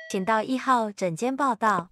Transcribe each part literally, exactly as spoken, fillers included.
请到一号诊间报到。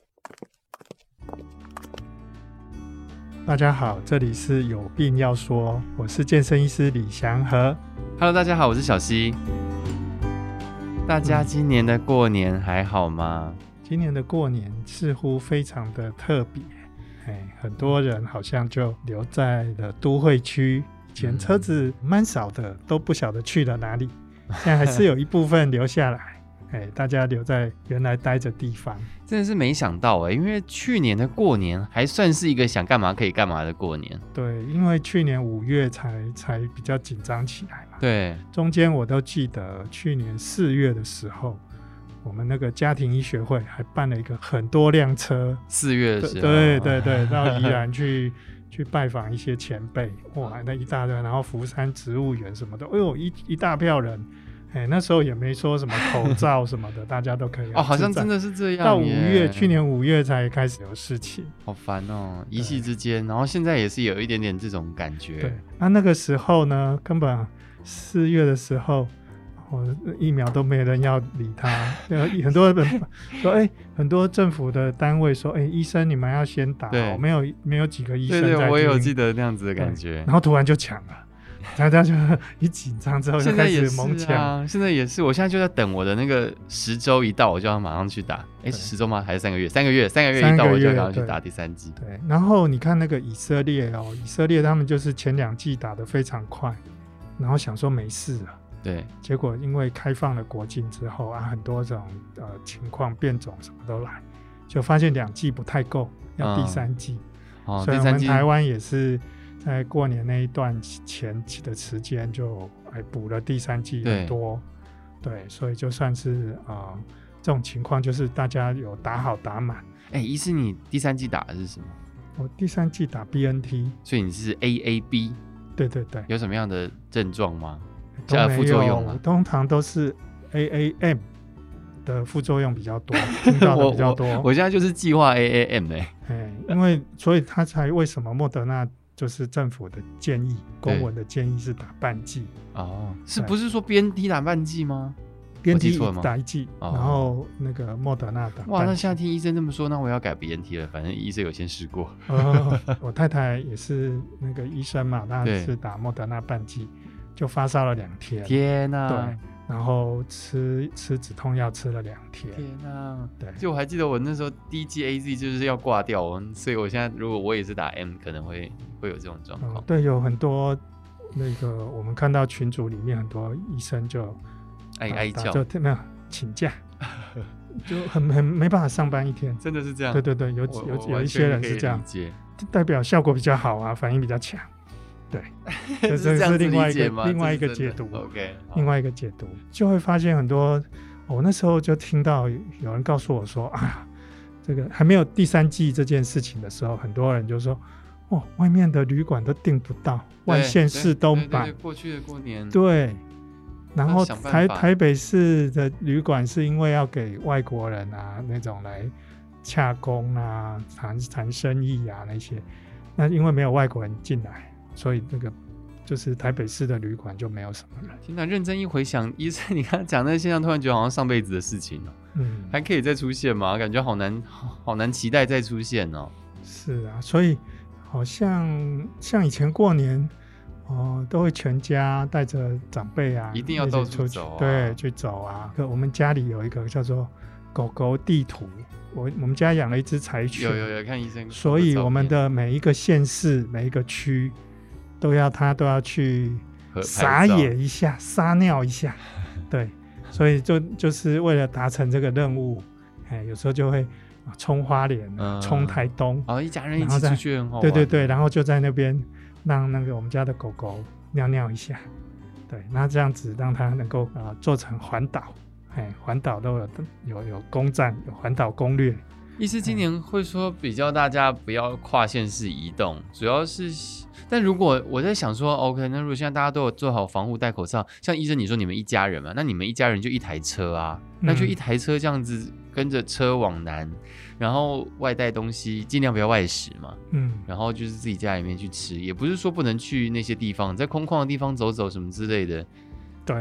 大家好，这里是有病要说，我是健身医师李祥和。 Hello， 大家好，我是小溪。大家今年的过年还好吗？ 嗯、今年的过年似乎非常的特别，很多人好像就留在了都会区，以前车子蛮少的，都不晓得去了哪里，现在还是有一部分留下来。哎，大家留在原来待着地方， 真的是没想到哎，因为去年的过年还算是一个想干嘛可以干嘛的过年。 对，因为去年五月才才比较紧张起来嘛。 对， 中间我都记得去年四月的时候，我们那个家庭医学会还办了一个很多辆车， 四月的时候， 对对对，到宜兰去去拜访一些前辈，哇，那一大堆，然后福山植物园什么的，哎呦，一一大票人。哎，那时候也没说什么口罩什么的，大家都可以哦，好像真的是这样。 到五月，去年五月才开始有事情， 好烦哦，一夕之间。然后现在也是有一点点这种感觉。 对，那那个时候呢，根本四月的时候，哦，疫苗都没人要理他，很多人说，哎，很多政府的单位说，哎，医生你们要先打，哦，没有没有几个医生在。 对对，我也有记得那样子的感觉。 然后突然就抢了。大家就一紧张之后就开始猛抢， 啊，现在也是，我现在就在等我的那个十周一到，我就要马上去打。哎，十周吗？还是三个月？三个月，三个月一到，我就要去打第三剂。 对，然后你看那个以色列哦，以色列他们就是前两剂打得非常快，然后想说没事了， 对， 结果因为开放了国境之后啊，很多种呃情况变种什么都来，就发现两剂不太够，要第三剂。嗯、哦，所以我们台湾也是。在过年那一段前的时间就哎补了第三剂很多， 对, 对，所以就算是啊、呃、这种情况就是大家有打好打满。 哎，医师你第三剂打的是什么？ 我第三剂打 B N T， 所以你是 A A B。 对对对。 有什么样的症状吗？ 都没有， 副作用吗？ 通常都是 A A M 的副作用比较多，听到的比较多。 我, 我, 我现在就是计划 A A M 哎、 欸，因为所以他才为什么莫德纳就是政府的建议，公文的建议是打半剂哦，是不是说 B N T 打半剂吗 ？B N T 打一剂，哦，然后那个莫德纳打半剂。 哇，那现在听医生这么说，那我要改 B N T 了。反正医生有先试过。 哦，我太太也是那个医生嘛，她是打莫德纳半剂，就发烧了两天。 天哪！ 对。然后吃吃止痛药吃了两天， 天啊！ 对， 就我还记得我那时候第一剂 A Z 就是要挂掉，所以我现在如果我也是打 M， 可能会会有这种状况， 嗯。对，有很多那个我们看到群组里面很多医生就哀哀叫， 就没有请假，就很很没办法上班一天， 真的是这样。 对对对，有有有一些人是这样，代表效果比较好啊，反应比较强。对，这是是另外一个另外一个解读。 OK， 另外一个解读就会发现很多，我、哦、那时候就听到有人告诉我说啊，这个还没有第三剂这件事情的时候，很多人就说，哦，外面的旅馆都订不到，外县市都满。 过去的过年。 对，然后台台北市的旅馆是因为要给外国人啊那种来洽公啊、谈谈生意啊那些，那因为没有外国人进来。所以那个就是台北市的旅馆就没有什么人。 天哪，认真一回想，医生你刚刚讲那个现象，突然觉得好像上辈子的事情哦、喔，嗯，还可以再出现吗？感觉好难，好难期待再出现哦、喔。 是啊，所以好像像以前过年哦、呃，都会全家带着长辈啊， 一定要到处走、啊， 对，去走啊。可我们家里有一个叫做狗狗地图。我我们家养了一只柴犬， 有有有看医生， 所以我们的每一个县市、每一个区都要它都要去撒野一下、撒尿一下，对，所以就就是为了达成这个任务，哎，有时候就会冲花莲、冲、嗯、台东， 哦，一家人一起出去很好玩， 对对对，然后就在那边让那个我们家的狗狗尿尿一下，对，那这样子让它能够呃做成环岛。哎，环岛都有有有公站，有环岛攻略。 意思今年会说比较大家不要跨县市移动，主要是，但如果我在想说 ，OK， 那如果现在大家都有做好防护、戴口罩，像医生你说你们一家人嘛，那你们一家人就一台车啊，那就一台车这样子跟着车往南，然后外带东西尽量不要外食嘛，嗯，然后就是自己家里面去吃，也不是说不能去那些地方，在空旷的地方走走什么之类的。 对，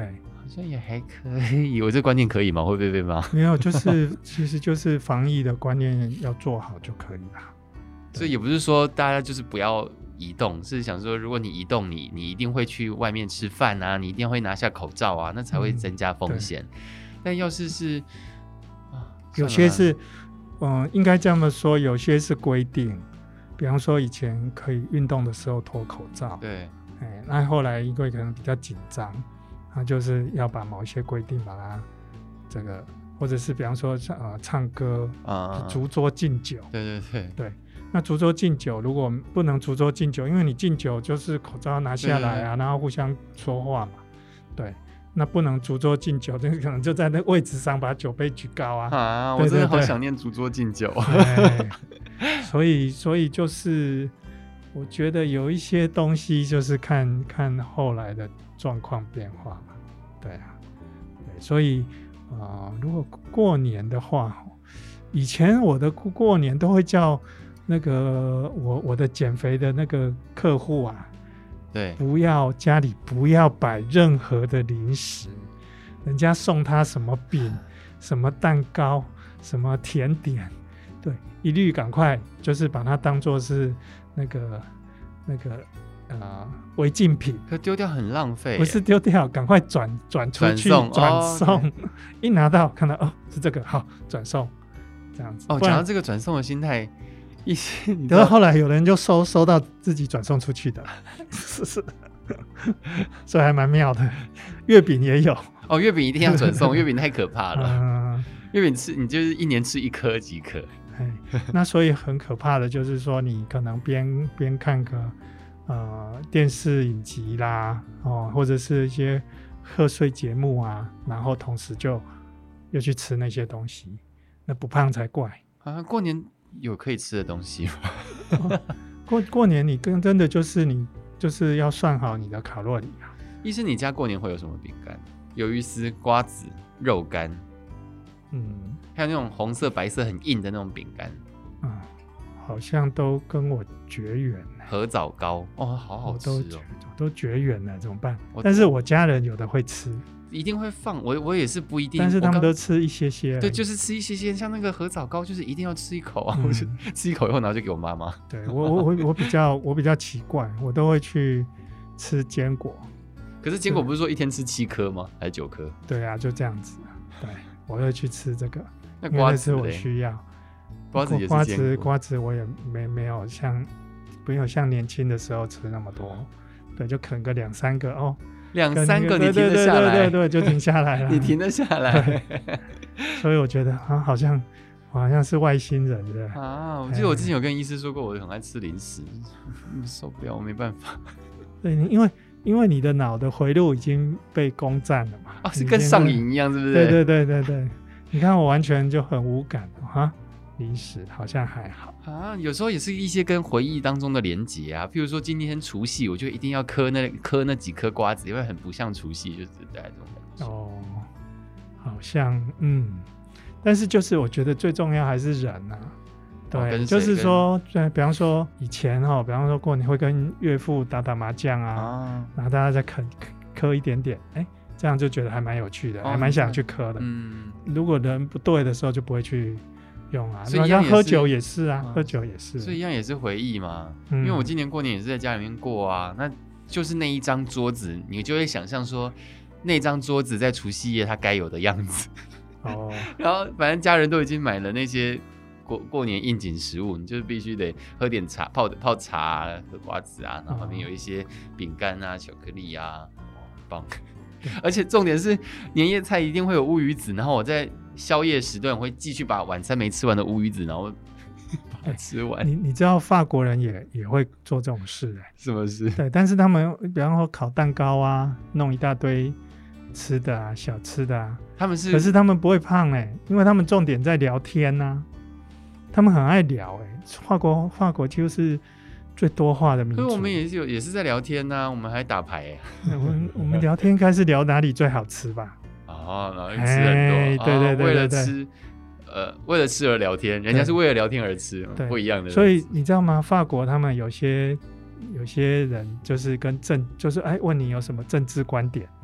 像也还可以，我这观念可以吗？会不会被骂？ 没有，就是其实就是防疫的观念要做好就可以了。 所以也不是说大家就是不要移动，是想说如果你移动你，你一定会去外面吃饭啊，你一定会拿下口罩啊，那才会增加风险。嗯、但要是是、啊、 有些是，嗯、呃，应该这么说，有些是规定，比方说以前可以运动的时候脱口罩， 对， 哎，那后来因为可能比较紧张。那就是要把某一些规定把它这个，或者是比方说呃唱歌啊，逐桌敬酒， 对对对对。那逐桌敬酒如果不能逐桌敬酒，因为你敬酒就是口罩拿下来啊，然后互相说话嘛，对。那不能逐桌敬酒，那可能就在那位置上把酒杯举高啊。 啊，我真的好想念逐桌敬酒。 所以所以就是我觉得有一些东西就是看看后来的状况变化嘛，对啊，对，所以呃，如果过年的话，以前我的过年都会叫那个我我的减肥的那个客户啊， 对， 不要家里不要摆任何的零食，人家送他什么饼、什么蛋糕、什么甜点，对，一律赶快就是把它当作是那个那个。呃，违禁品， 可丢掉很浪费， 不是丢掉，赶快转转出去，转送，转送哦 okay、一拿到看到哦是这个，好转送，这样子。 哦，讲到这个转送的心态，一些， 然后后来有人就收收到自己转送出去的，是是，所以还蛮妙的。月饼也有哦，月饼一定要转送，月饼太可怕了。嗯、月饼吃你就是一年吃一颗即可。 那所以很可怕的就是说，你可能边边看个。呃，电视影集啦，哦，或者是一些贺岁节目啊，然后同时就又去吃那些东西，那不胖才怪啊！过年有可以吃的东西吗？ 哦、过过年你跟真的就是你就是要算好你的卡路里啊。 医生，你家过年会有什么饼干？鱿鱼丝、瓜子、肉干，嗯，还有那种红色、白色很硬的那种饼干， 嗯，好像都跟我绝缘了。 荷枣糕哦，好好吃哦， 我都, 我都绝缘了，怎么办？但是我家人有的会吃， 一定会放。我我也是不一定， 但是他们都吃一些些。 对，就是吃一些些，像那个荷枣糕，就是一定要吃一口啊！嗯、我就吃一口以后，然后就给我妈妈。 对我我我我比较我比较奇怪，我都会去吃坚果。 可是坚果不是说一天吃七颗吗？还是九颗？ 对啊，就这样子。对，我会去吃这个。 那瓜子是我需要。 瓜子也是瓜子瓜子我也没没有像。没有像年轻的时候吃那么多，对，就啃个两三个哦， 两三个你停得下来， 对对 对, 对, 对就停下来了， 你停得下来， 所以我觉得啊，好像我好像是外星人对啊。我记得我之前有跟医师说过，我很爱吃零食，受不了，我没办法。 对，因为因为你的脑的回路已经被攻占了嘛， 哦，是跟上瘾一样，是不是？ 对对对对对，你看我完全就很无感哈。零食好像还好啊，有时候也是一些跟回忆当中的连结啊。譬如说今天除夕，我就一定要嗑那嗑那几颗瓜子，因为很不像除夕，就是大概这种感觉。 哦，好像嗯，但是就是我觉得最重要还是人啊。对，哦、就是说，对，比方说以前哈、哦，比方说过年会跟岳父打打麻将啊，啊然后大家再嗑嗑一点点，哎，这样就觉得还蛮有趣的，哦、还蛮想去嗑的。嗯，如果人不对的时候，就不会去。用啊， 所以像喝酒也是啊，嗯、喝酒也是， 所以一样也是回忆嘛。嗯、因为我今年过年也是在家里面过啊，那就是那一张桌子，你就会想象说，那张桌子在除夕夜它该有的样子。哦，然后反正家人都已经买了那些过过年应景食物，你就是必须得喝点茶，泡泡茶、啊，喝瓜子啊，然后旁边有一些饼干啊、巧克力啊，很棒。而且重点是年夜菜一定会有乌鱼子，然后我在宵夜时段会继续把晚餐没吃完的乌鱼子，然后把它吃完。 你你知道法国人也也会做这种事哎、欸？ 什么事？ 对，但是他们比方说烤蛋糕啊，弄一大堆吃的啊、小吃的啊， 他们是， 可是他们不会胖哎、欸，因为他们重点在聊天啊，他们很爱聊哎、欸，法国法国就是最多话的民族。 可是我们也是有也是在聊天啊，我们还打牌哎、 欸。我们我们聊天应该是聊哪里最好吃吧？ 哦，然后吃很多，欸、 对对 对, 对, 对、哦， 为了吃，呃，为了吃而聊天，人家是为了聊天而吃，不一样的。 所以你知道吗？法国他们有些有些人就是跟政，就是哎问你有什么政治观点，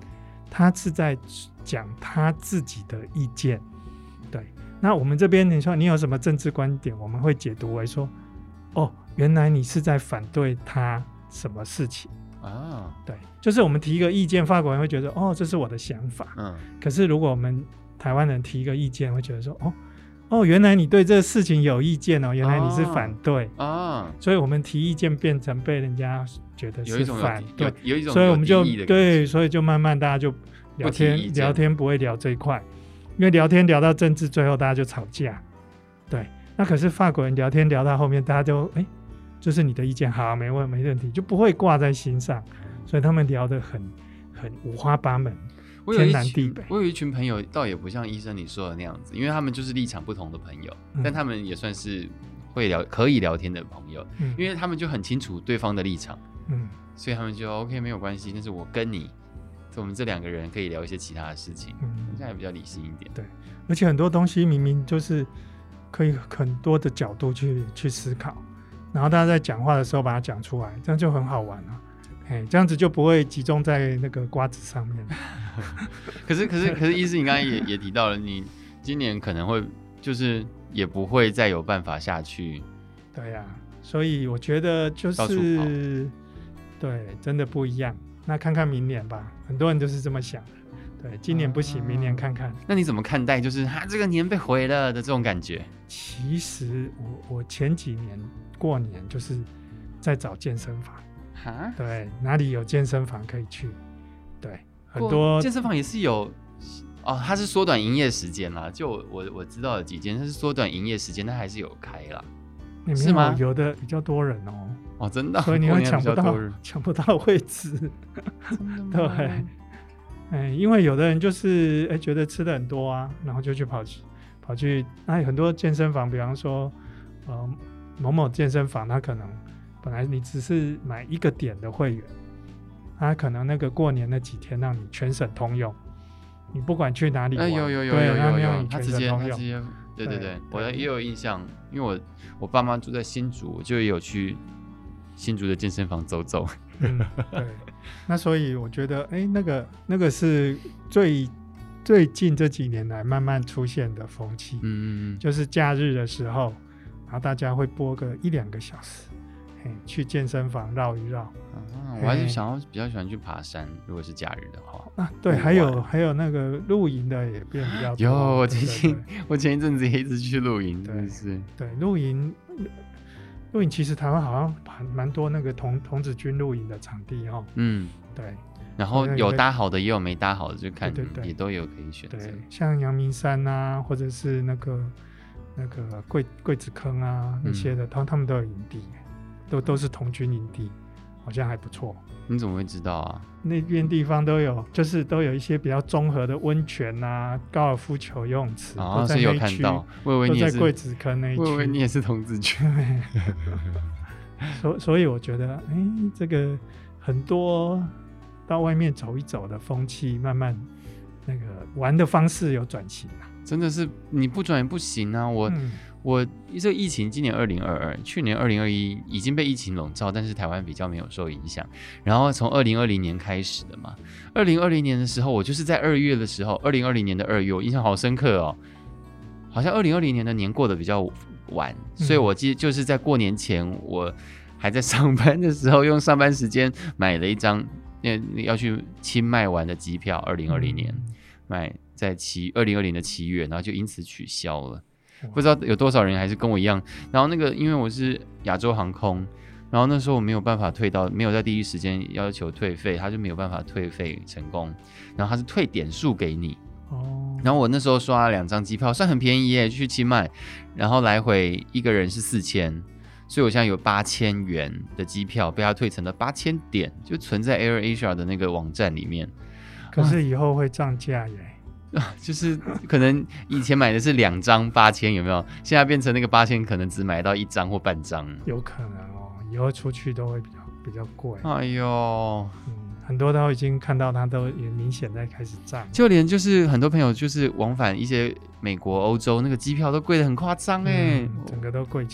他是在讲他自己的意见。对，那我们这边你说你有什么政治观点，我们会解读为说，哦，原来你是在反对他什么事情啊？对，就是我们提一个意见，法国人会觉得哦，这是我的想法。嗯，可是如果我们台湾人提一个意见，会觉得说，哦哦，原来你对这个事情有意见哦，原来你是反对啊，所以我们提意见变成被人家觉得是反对， 有一种所以我们就对，所以就慢慢大家就聊天聊天不会聊这一块，因为聊天聊到政治，最后大家就吵架。对，那可是法国人聊天聊到后面，大家就哎，就是你的意见好，没问没问题，就不会挂在心上，所以他们聊得很很五花八门。天南地北。 我有一群朋友倒也不像医生你说的那样子，因为他们就是立场不同的朋友，嗯、但他们也算是会聊可以聊天的朋友、嗯、因为他们就很清楚对方的立场、嗯、所以他们就 OK 没有关系，但是我跟你我们这两个人可以聊一些其他的事情，嗯，这样也比较理性一点。 对，而且很多东西明明就是可以很多的角度去去思考，然后大家在讲话的时候把它讲出来，这样就很好玩啊。哎，这样子就不会集中在那个瓜子上面。 可是，可是，可是，医师，你刚才也也提到了，你今年可能会就是也不会再有办法下去。 对呀、啊，所以我觉得就是对，真的不一样。那看看明年吧，很多人就是这么想的。对，今年不行，啊、明年看看。 那你怎么看待就是他、啊、这个年被毁了的这种感觉？ 其实我我前几年过年就是在找健身房。对，哪里有健身房可以去？对，很多健身房也是有哦，它是缩短营业时间啦。就 我, 我, 我知道的几间，它是缩短营业时间，但还是有开啦。 是吗？有的比较多人哦。 哦，真的， 所以你会抢不到抢不到位置。对，哎，因为有的人就是哎觉得吃的很多啊，然后就去跑去跑去，那很多健身房，比方说呃某某健身房，它可能。本来你只是买一个点的会员，他可能那个过年那几天让你全省通用，你不管去哪里玩， 哎、有有有有有有有，他直接他直接，对对 对, 对，我也有印象，因为我我爸妈住在新竹，我就也有去新竹的健身房走走。 嗯，对，那所以我觉得，哎，那个那个是最最近这几年来慢慢出现的风气，嗯嗯，就是假日的时候，然后大家会播个一两个小时。去健身房绕一绕、 啊、我还是想要比较喜欢去爬山，如果是假日的话啊，对，还有还有那个露营的也变比较多。 有，我最近我前一阵子也一直去露营，真的是对露营露营，其实台湾好像蛮多那个童童子军露营的场地哦。嗯，对。 然后有搭好的，也有没搭好的，就看对对对也都有可以选择。 对，像阳明山啊，或者是那个那个桂桂子坑啊那些的，他、嗯、他们都有营地。都, 都是童军营地，好像还不错。 你怎么会知道啊？ 那边地方都有，就是都有一些比较综合的温泉啊、高尔夫球、游泳池， 哦、 都在那有看到。我以为你也是都在桂子坑那一区。 我以为你也是童子军。 所, 所以我觉得，哎，这个很多到外面走一走的风气，慢慢那个玩的方式有转型啊。 真的是你不转也不行啊！我。嗯我这个疫情今年二零二二，去年二零二一已经被疫情笼罩，但是台湾比较没有受影响。然后从二零二零年开始的嘛，二零二零年的时候，我就是在二月的时候，二零二零年的二月，我印象好深刻哦。好像二零二零年的年过得比较晚，所以我记就是在过年前，我还在上班的时候，用上班时间买了一张要去清迈玩的机票，二零二零年买在七二零二零的七月，然后就因此取消了。不知道有多少人还是跟我一样，然后那个因为我是亚洲航空，然后那时候我没有办法退到，没有在第一时间要求退费，他就没有办法退费成功，然后他是退点数给你，哦，然后我那时候刷了两张机票，算很便宜耶，去清迈，然后来回一个人是四千，所以我现在有八千元的机票被他退成了八千点，就存在 AirAsia 的那个网站里面。 可是以后会涨价耶。 就是可能以前买的是两张八千，有没有？现在变成那个八千，可能只买到一张或半张。 有可能哦，以后出去都会比较比较贵。 哎呦， 嗯，很多都已经看到它都也明显在开始涨， 就连就是很多朋友就是往返一些美国、欧洲，那个机票都贵得很夸张哎， 整个都贵起来。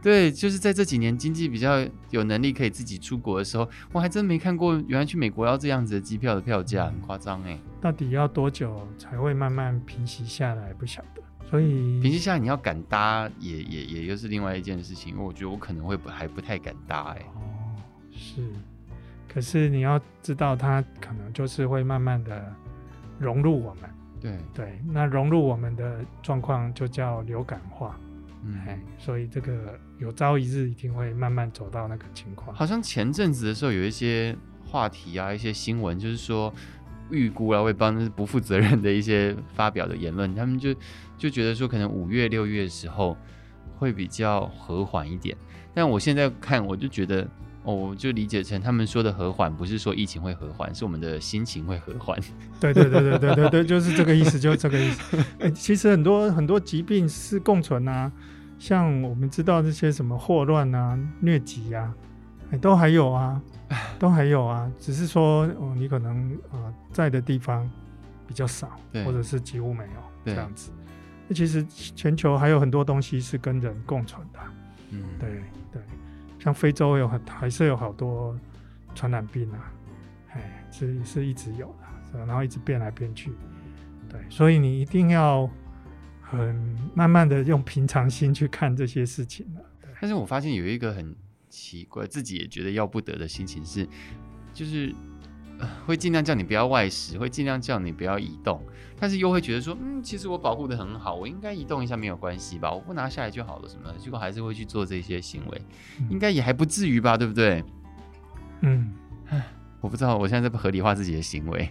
对，就是在这几年经济比较有能力可以自己出国的时候，我还真没看过原来去美国要这样子的机票的票价，很夸张哎。 到底要多久才会慢慢平息下来，不晓得。所以平息下来，你要敢搭也也也又是另外一件事情，因为我觉得我可能会不还不太敢搭哎。 哦，是，可是你要知道，它可能就是会慢慢的融入我们。 对对，那融入我们的状况就叫流感化。嗯，所以这个有朝一日一定会慢慢走到那个情况。 好像前阵子的时候有一些话题啊，一些新闻，就是说预估啊，会帮不负责任的一些发表的言论，他们就就觉得说，可能五月六月的时候会比较和缓一点。但我现在看，我就觉得，哦，我就理解成他们说的和缓，不是说疫情会和缓，是我们的心情会和缓。 对对对对对对对，就是这个意思，就是这个意思。欸、其实很多很多疾病是共存啊，像我们知道这些什么霍乱啊、疟疾啊，欸、都还有啊，都还有啊，只是说、哦、你可能、呃、在的地方比较少，或者是几乎没有这样子。其实全球还有很多东西是跟人共存的，嗯，对对，像非洲有很还是有好多传染病啊，哎，是是一直有的，然后一直变来变去，对，所以你一定要很慢慢的用平常心去看这些事情了。 但是我发现有一个很奇怪，自己也觉得要不得的心情是，就是、呃、会尽量叫你不要外食，会尽量叫你不要移动，但是又会觉得说，嗯，其实我保护得很好，我应该移动一下没有关系吧，我不拿下来就好了什么的，结果还是会去做这些行为，嗯、应该也还不至于吧，对不对？嗯，我不知道，我现在在合理化自己的行为。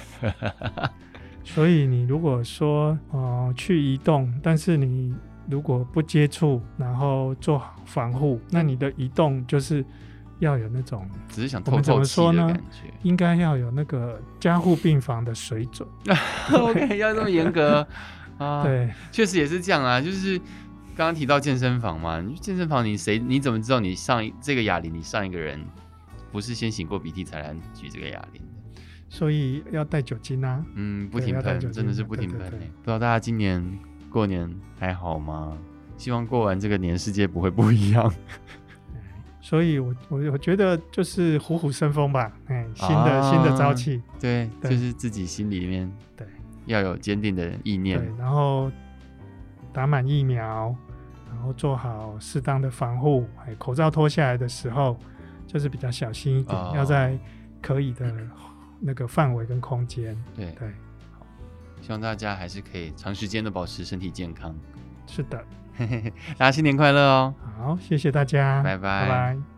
所以你如果说、呃、去移动，但是你如果不接触，然后做好防护，那你的移动就是要有那种， 只是想透透气的感觉， 应该要有那个加护病房的水准。 OK， 要这么严格啊？ 对， 确实也是这样啊。就是刚刚提到健身房嘛，你去健身房你谁你怎么知道你上这个哑铃，你上一个人不是先擤过鼻涕才来举这个哑铃的？ 所以要带酒精啊， 嗯，不停喷，真的是不停喷、欸。不知道大家今年过年还好吗？希望过完这个年世界不会不一样。 所以我我我觉得就是虎虎生风吧，哎，新的、啊、新的朝气， 对，就是自己心里面对要有坚定的意念， 对，然后打满疫苗，然后做好适当的防护，哎，口罩脱下来的时候就是比较小心一点，哦、要在可以的那个范围跟空间， 对对，好，希望大家还是可以长时间的保持身体健康。 是的， 大家新年快乐哦！ 好，谢谢大家， 拜拜， 拜拜。